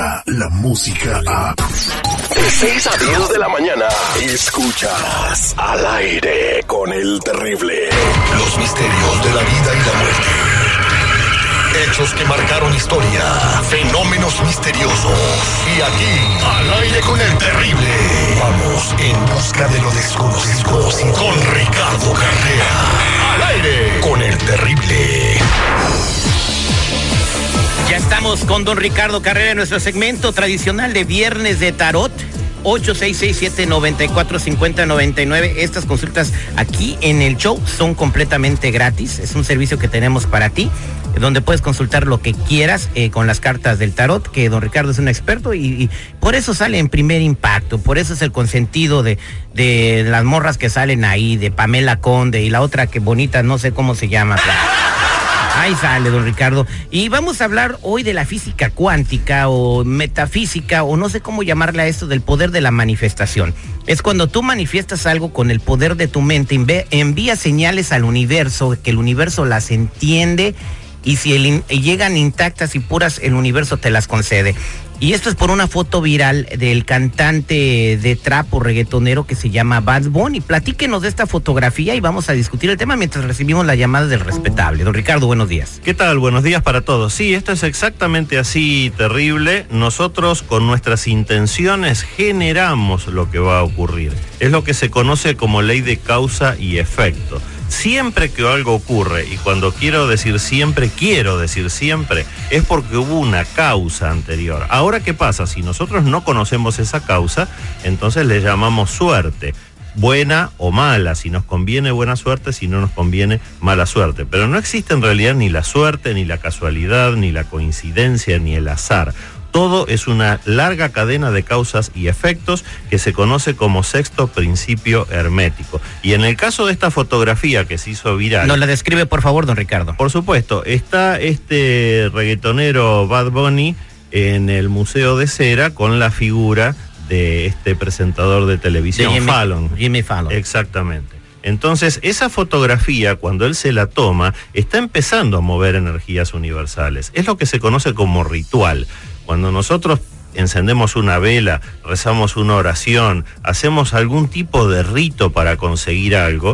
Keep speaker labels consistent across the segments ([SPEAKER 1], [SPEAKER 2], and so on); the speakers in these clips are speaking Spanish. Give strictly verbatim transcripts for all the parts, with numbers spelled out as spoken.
[SPEAKER 1] llega la música a...
[SPEAKER 2] De seis a diez de la mañana, escuchas Al Aire con el Terrible. Los misterios de la vida y la muerte. Hechos que marcaron historia, fenómenos misteriosos. Y aquí, Al Aire con el Terrible, vamos en busca de lo desconocido con Ricardo Carrera. Al Aire con el Terrible.
[SPEAKER 3] Ya estamos con don Ricardo Carrera en nuestro segmento tradicional de Viernes de Tarot. ocho seis seis siete, nueve cuatro cinco cero, nueve nueve. Estas consultas aquí en el show son completamente gratis. Es un servicio que tenemos para ti, donde puedes consultar lo que quieras eh, con las cartas del tarot, que don Ricardo es un experto y, y por eso sale en Primer Impacto, por eso es el consentido de, de las morras que salen ahí, de Pamela Conde y la otra que bonita, no sé cómo se llama. Ahí sale don Ricardo. Y vamos a hablar hoy de la física cuántica o metafísica, o no sé cómo llamarle a esto, del poder de la manifestación. Es cuando tú manifiestas algo con el poder de tu mente, envías señales al universo, que el universo las entiende, y si el, llegan intactas y puras, el universo te las concede. Y esto es por una foto viral del cantante de trap o reggaetonero que se llama Bad Bunny. Platíquenos de esta fotografía y vamos a discutir el tema mientras recibimos la llamada del respetable. Don Ricardo, buenos días.
[SPEAKER 4] ¿Qué tal? Buenos días para todos. Sí, esto es exactamente así, Terrible. Nosotros con nuestras intenciones generamos lo que va a ocurrir. Es lo que se conoce como ley de causa y efecto. Siempre que algo ocurre, y cuando quiero decir siempre, quiero decir siempre, es porque hubo una causa anterior. Ahora, ¿qué pasa? Si nosotros no conocemos esa causa, entonces le llamamos suerte. Buena o mala, si nos conviene buena suerte, si no nos conviene mala suerte. Pero no existe en realidad ni la suerte, ni la casualidad, ni la coincidencia, ni el azar. Todo es una larga cadena de causas y efectos que se conoce como sexto principio hermético. Y en el caso de esta fotografía que se hizo viral...
[SPEAKER 3] ¿Nos la describe, por favor, don Ricardo?
[SPEAKER 4] Por supuesto. Está este reggaetonero Bad Bunny en el Museo de Cera con la figura de este presentador de televisión,
[SPEAKER 3] de Jimmy,
[SPEAKER 4] Fallon.
[SPEAKER 3] Jimmy Fallon.
[SPEAKER 4] Exactamente. Entonces, esa fotografía, cuando él se la toma, está empezando a mover energías universales. Es lo que se conoce como ritual. Cuando nosotros encendemos una vela, rezamos una oración, hacemos algún tipo de rito para conseguir algo,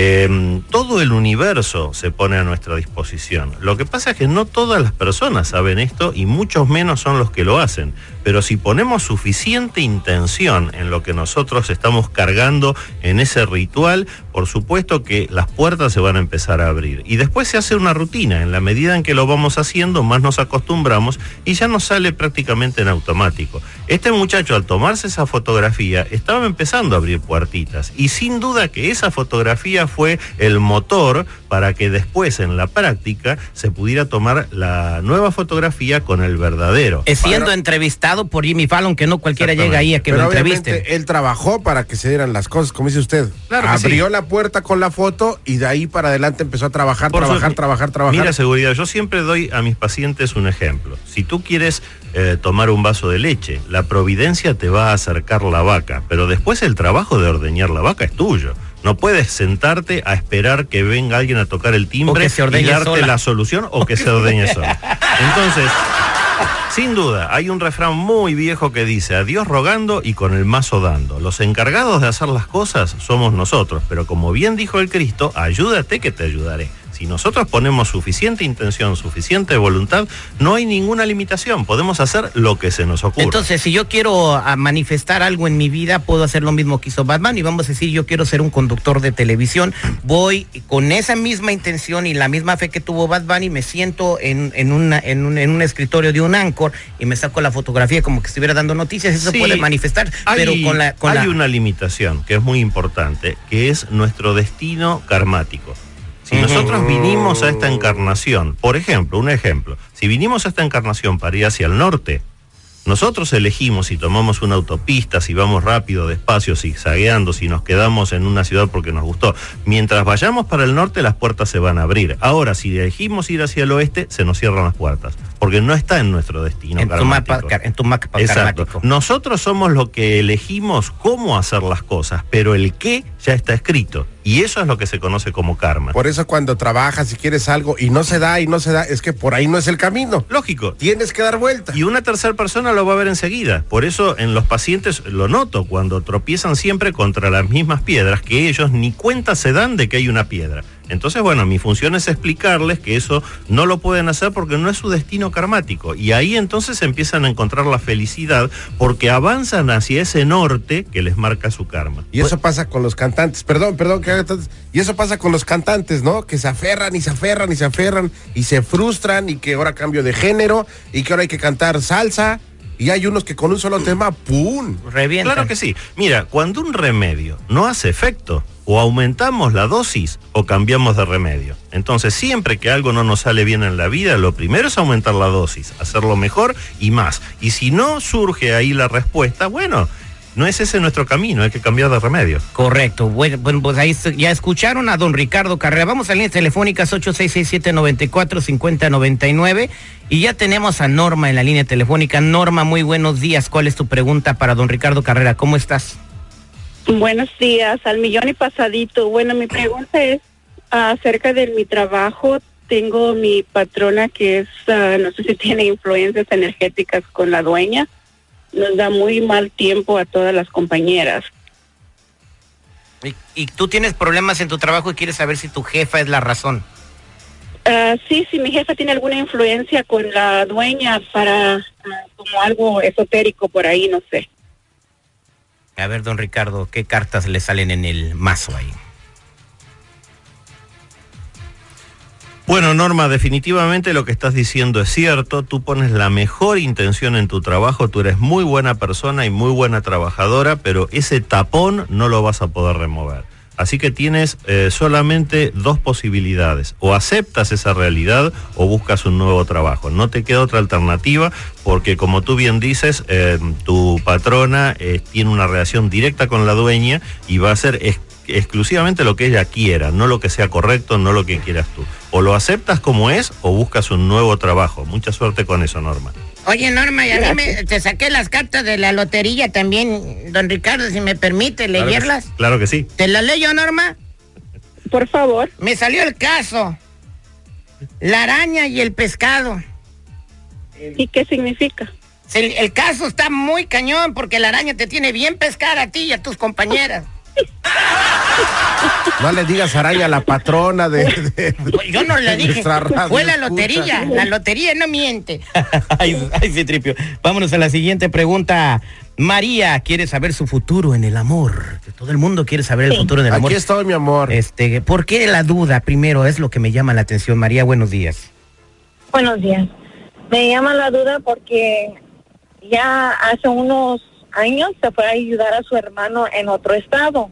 [SPEAKER 4] eh, todo el universo se pone a nuestra disposición. Lo que pasa es que no todas las personas saben esto y muchos menos son los que lo hacen. Pero si ponemos suficiente intención en lo que nosotros estamos cargando en ese ritual, por supuesto que las puertas se van a empezar a abrir. Y después se hace una rutina. En la medida en que lo vamos haciendo, más nos acostumbramos y ya nos sale prácticamente en automático. Este muchacho, al tomarse esa fotografía, estaba empezando a abrir puertitas. Y sin duda que esa fotografía fue el motor para que después, en la práctica, se pudiera tomar la nueva fotografía con el verdadero.
[SPEAKER 3] Es siendo Pero... entrevistado por Jimmy Fallon, que no cualquiera llega ahí a que
[SPEAKER 5] Pero
[SPEAKER 3] lo entreviste.
[SPEAKER 5] Él trabajó para que se dieran las cosas, como dice usted.
[SPEAKER 4] Claro
[SPEAKER 5] Abrió
[SPEAKER 4] sí.
[SPEAKER 5] la puerta con la foto y de ahí para adelante empezó a trabajar,
[SPEAKER 4] por
[SPEAKER 5] trabajar,
[SPEAKER 4] su...
[SPEAKER 5] trabajar, trabajar.
[SPEAKER 4] Mira, seguridad, yo siempre doy a mis pacientes un ejemplo. Si tú quieres eh, tomar un vaso de leche, la providencia te va a acercar la vaca, pero después el trabajo de ordeñar la vaca es tuyo. No puedes sentarte a esperar que venga alguien a tocar el timbre y darte sola. la solución o que se ordeñe sola. Entonces, sin duda, hay un refrán muy viejo que dice: a Dios rogando y con el mazo dando. Los encargados de hacer las cosas somos nosotros, pero como bien dijo el Cristo, ayúdate que te ayudaré. Si nosotros ponemos suficiente intención, suficiente voluntad, no hay ninguna limitación. Podemos hacer lo que se nos ocurra.
[SPEAKER 3] Entonces, si yo quiero a, manifestar algo en mi vida, puedo hacer lo mismo que hizo Batman. Y vamos a decir, yo quiero ser un conductor de televisión. Voy con esa misma intención y la misma fe que tuvo Bad Bunny, me siento en, en, una, en, un, en un escritorio de un anchor y me saco la fotografía como que estuviera dando noticias. Eso sí, puede manifestar,
[SPEAKER 4] hay,
[SPEAKER 3] pero con la... Con
[SPEAKER 4] hay
[SPEAKER 3] la...
[SPEAKER 4] una limitación que es muy importante, que es nuestro destino karmático. Si nosotros vinimos a esta encarnación, por ejemplo, un ejemplo, si vinimos a esta encarnación para ir hacia el norte, nosotros elegimos si tomamos una autopista, si vamos rápido, despacio, zigzagueando, si nos quedamos en una ciudad porque nos gustó. Mientras vayamos para el norte, las puertas se van a abrir. Ahora, si elegimos ir hacia el oeste, se nos cierran las puertas. porque no está en nuestro destino
[SPEAKER 3] En tu
[SPEAKER 4] karmático.
[SPEAKER 3] mapa, car- en tu mapa
[SPEAKER 4] Exacto.
[SPEAKER 3] karmático.
[SPEAKER 4] Nosotros somos los que elegimos cómo hacer las cosas, pero el qué ya está escrito. Y eso es lo que se conoce como karma.
[SPEAKER 5] Por eso cuando trabajas y quieres algo y no se da y no se da, es que por ahí no es el camino.
[SPEAKER 4] Lógico.
[SPEAKER 5] Tienes que dar vuelta.
[SPEAKER 4] Y una tercera persona lo va a ver enseguida. Por eso en los pacientes lo noto cuando tropiezan siempre contra las mismas piedras, que ellos ni cuenta se dan de que hay una piedra. Entonces, bueno, mi función es explicarles que eso no lo pueden hacer porque no es su destino karmático. Y ahí entonces empiezan a encontrar la felicidad porque avanzan hacia ese norte que les marca su karma.
[SPEAKER 5] Y eso pasa con los cantantes. Perdón, perdón que haga tanto- Y eso pasa con los cantantes, ¿no? Que se aferran y se aferran y se aferran y se frustran y que ahora cambio de género y que ahora hay que cantar salsa. Y hay unos que con un solo tema, ¡pum!
[SPEAKER 3] Revientan.
[SPEAKER 4] Claro que sí. Mira, cuando un remedio no hace efecto, o aumentamos la dosis o cambiamos de remedio. Entonces, siempre que algo no nos sale bien en la vida, lo primero es aumentar la dosis, hacerlo mejor y más. Y si no surge ahí la respuesta, bueno, no es ese nuestro camino, hay que cambiar de remedio.
[SPEAKER 3] Correcto. Bueno, bueno, pues ahí se- ya escucharon a don Ricardo Carrera. Vamos a líneas telefónicas ocho seis seis siete nueve cuatro cinco cero nueve nueve y ya tenemos a Norma en la línea telefónica. Norma, muy buenos días. ¿Cuál es tu pregunta para don Ricardo Carrera? ¿Cómo estás?
[SPEAKER 6] Buenos días, al millón y pasadito. Bueno, mi pregunta es acerca de mi trabajo. Tengo mi patrona que es, ah, no sé si tiene influencias energéticas con la dueña. Nos da muy mal tiempo a todas las compañeras.
[SPEAKER 3] Y, y tú tienes problemas en tu trabajo y quieres saber si tu jefa es la razón.
[SPEAKER 6] Ah, sí, sí, mi jefa tiene alguna influencia con la dueña para ah, como algo esotérico por ahí, no sé.
[SPEAKER 3] A ver, don Ricardo, ¿qué cartas le salen en el mazo ahí?
[SPEAKER 4] Bueno, Norma, definitivamente lo que estás diciendo es cierto. Tú pones la mejor intención en tu trabajo, tú eres muy buena persona y muy buena trabajadora, pero ese tapón no lo vas a poder remover. Así que tienes eh, solamente dos posibilidades: o aceptas esa realidad o buscas un nuevo trabajo. No te queda otra alternativa porque, como tú bien dices, eh, tu patrona eh, tiene una relación directa con la dueña y va a hacer ex- exclusivamente lo que ella quiera, no lo que sea correcto, no lo que quieras tú. O lo aceptas como es o buscas un nuevo trabajo. Mucha suerte con eso, Norma.
[SPEAKER 3] Oye, Norma, y a mí me, te saqué las cartas de la lotería también, don Ricardo, si me permite
[SPEAKER 4] Claro que
[SPEAKER 3] leerlas.
[SPEAKER 4] sí, claro que sí.
[SPEAKER 3] ¿Te las leo, Norma?
[SPEAKER 6] Por favor.
[SPEAKER 3] Me salió el caso. La araña y el pescado.
[SPEAKER 6] ¿Y qué significa?
[SPEAKER 3] El, el caso está muy cañón porque la araña te tiene bien pescada a ti y a tus compañeras.
[SPEAKER 5] No le digas araña a la patrona de... de-
[SPEAKER 3] Pues yo no le dije,
[SPEAKER 5] nuestra radio
[SPEAKER 3] fue la
[SPEAKER 5] escucha.
[SPEAKER 3] lotería, la lotería no miente. ay, ay, sí, Tripio. Vámonos a la siguiente pregunta. María quiere saber su futuro en el amor. Todo el mundo quiere saber el
[SPEAKER 6] Sí.
[SPEAKER 3] futuro en el amor.
[SPEAKER 5] Aquí estoy, mi amor.
[SPEAKER 3] Este, ¿por qué la duda? Primero, es lo que me llama la atención. María, buenos días.
[SPEAKER 7] Buenos días. Me llama la duda porque ya hace unos años se fue a ayudar a su hermano en otro estado.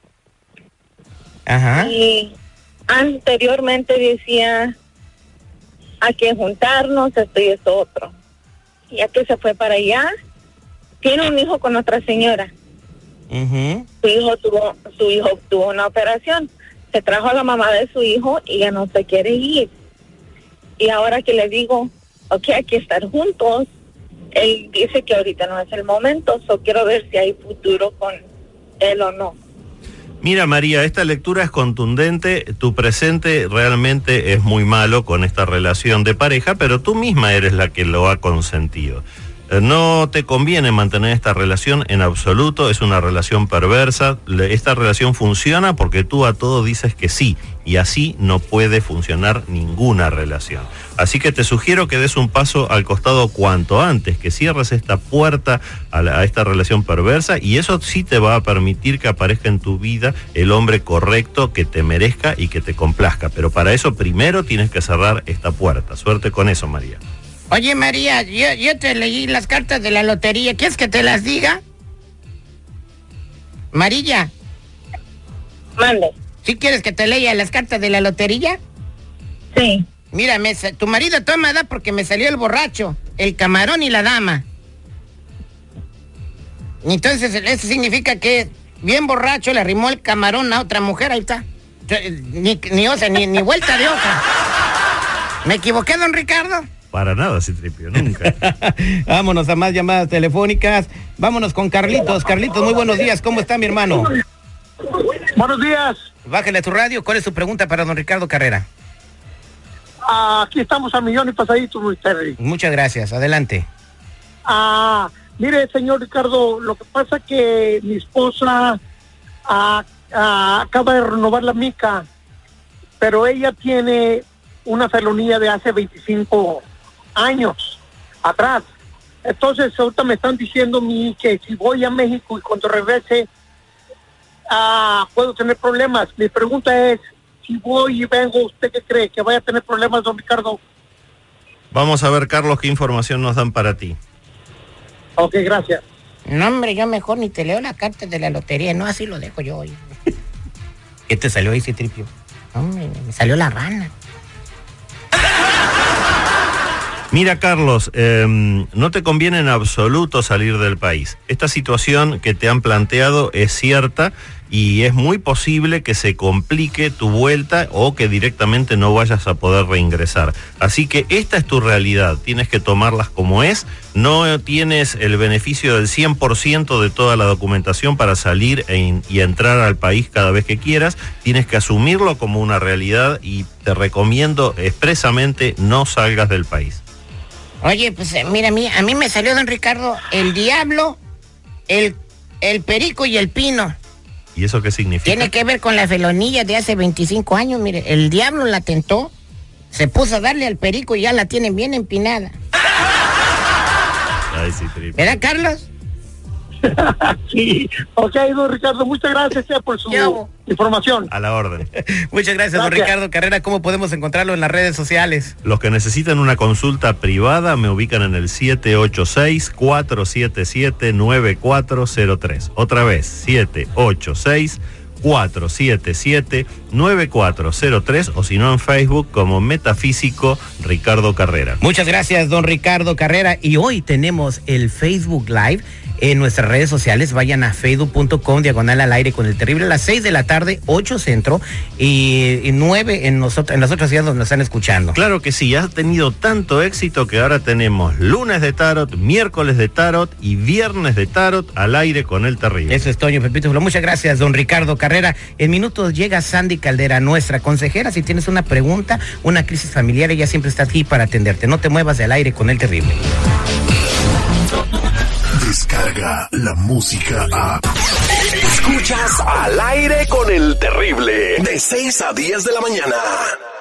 [SPEAKER 3] Ajá.
[SPEAKER 7] Y anteriormente decía, hay que juntarnos, esto y esto otro. Ya que se fue para allá, tiene un hijo con otra señora.
[SPEAKER 3] Ujú.
[SPEAKER 7] Su hijo tuvo, su hijo tuvo una operación. Se trajo a la mamá de su hijo y ya no se quiere ir. Y ahora que le digo, ok, hay que estar juntos, él dice que ahorita no es el momento, so quiero ver si hay futuro con él o no.
[SPEAKER 4] Mira, María, esta lectura es contundente. Tu presente realmente es muy malo con esta relación de pareja, pero tú misma eres la que lo ha consentido. Eh, No te conviene mantener esta relación en absoluto, es una relación perversa. Le- Esta relación funciona porque tú a todo dices que sí, y así no puede funcionar ninguna relación. Así que te sugiero que des un paso al costado cuanto antes, que cierres esta puerta a, la- a esta relación perversa, y eso sí te va a permitir que aparezca en tu vida el hombre correcto que te merezca y que te complazca. Pero para eso primero tienes que cerrar esta puerta. Suerte con eso, María.
[SPEAKER 3] Oye, María, yo, yo te leí las cartas de la lotería. ¿Quieres que te las diga? Marilla,
[SPEAKER 7] Mande.
[SPEAKER 3] ¿sí quieres que te lea las cartas de la lotería?
[SPEAKER 7] Sí.
[SPEAKER 3] Mira, me sa- tu marido toma da porque me salió el borracho, el camarón y la dama. Entonces, eso significa que bien borracho le arrimó el camarón a otra mujer, ahí está. Yo, eh, Ni, ni, o sea, ni, ni vuelta de hoja. ¿Me equivoqué, don Ricardo?
[SPEAKER 4] Para nada, Citripio, nunca.
[SPEAKER 3] Vámonos a más llamadas telefónicas. Vámonos con Carlitos. Carlitos, muy buenos días. ¿Cómo está, mi hermano?
[SPEAKER 8] Buenos días.
[SPEAKER 3] Bájale a tu radio. ¿Cuál es su pregunta para don Ricardo Carrera?
[SPEAKER 8] Ah, aquí estamos a millón y pasadito, Luis Terry.
[SPEAKER 3] Muchas gracias. Adelante.
[SPEAKER 8] Ah, mire, señor Ricardo, lo que pasa que mi esposa ah, ah, acaba de renovar la mica, pero ella tiene una felonía de hace veinticinco años atrás. Entonces ahorita me están diciendo mi que si voy a México y cuando regrese ah, puedo tener problemas. Mi pregunta es, si voy y vengo, ¿usted qué cree? ¿Que vaya a tener problemas, don Ricardo?
[SPEAKER 4] Vamos a ver, Carlos, qué información nos dan para ti.
[SPEAKER 8] Ok, gracias.
[SPEAKER 9] No, hombre, yo mejor ni te leo la carta de la lotería, no, así lo dejo yo hoy.
[SPEAKER 3] ¿Qué te salió ahí, Citripio?
[SPEAKER 9] Hombre, me salió la rana.
[SPEAKER 4] Mira, Carlos, eh, no te conviene en absoluto salir del país. Esta situación que te han planteado es cierta y es muy posible que se complique tu vuelta o que directamente no vayas a poder reingresar. Así que esta es tu realidad, tienes que tomarlas como es. No tienes el beneficio del cien por ciento de toda la documentación para salir e, y entrar al país cada vez que quieras. Tienes que asumirlo como una realidad y te recomiendo expresamente no salgas del país.
[SPEAKER 9] Oye, pues eh, mira, a mí, a mí me salió, don Ricardo, el diablo, el, el perico y el pino.
[SPEAKER 4] ¿Y eso qué significa?
[SPEAKER 9] Tiene que ver con la felonía de hace veinticinco años, mire. El diablo la tentó, se puso a darle al perico y ya la tienen bien empinada.
[SPEAKER 4] Ay, sí, triple.
[SPEAKER 9] ¿Verdad, Carlos?
[SPEAKER 8] Sí, ok, don Ricardo, muchas gracias eh, por su
[SPEAKER 9] Yo.
[SPEAKER 8] información.
[SPEAKER 4] A la orden.
[SPEAKER 3] Muchas gracias, don
[SPEAKER 8] Gracias.
[SPEAKER 3] Ricardo Carrera. ¿Cómo podemos encontrarlo en las redes sociales?
[SPEAKER 4] Los que necesitan una consulta privada me ubican en el siete ocho seis, cuatro siete siete, nueve cuatro cero tres. Otra vez, siete ocho seis, cuatro siete siete, nueve cuatro cero tres o si no en Facebook como Metafísico Ricardo Carrera.
[SPEAKER 3] Muchas gracias, don Ricardo Carrera. Y hoy tenemos el Facebook Live en nuestras redes sociales. Vayan a facebook punto com, diagonal al aire con el terrible, a las seis de la tarde, ocho centro y, y nueve en, nosotros, en las otras ciudades donde nos están escuchando.
[SPEAKER 4] Claro que sí, ha tenido tanto éxito que ahora tenemos lunes de tarot, miércoles de tarot y viernes de tarot al aire con el terrible.
[SPEAKER 3] Eso es Toño Pepito Flo. Muchas gracias, don Ricardo Carrera. En minutos llega Sandy Caldera, nuestra consejera. Si tienes una pregunta, una crisis familiar, ella siempre está aquí para atenderte. No te muevas del aire con el terrible.
[SPEAKER 1] Descarga la música a...
[SPEAKER 2] Escuchas Al Aire con el Terrible, de seis a diez de la mañana.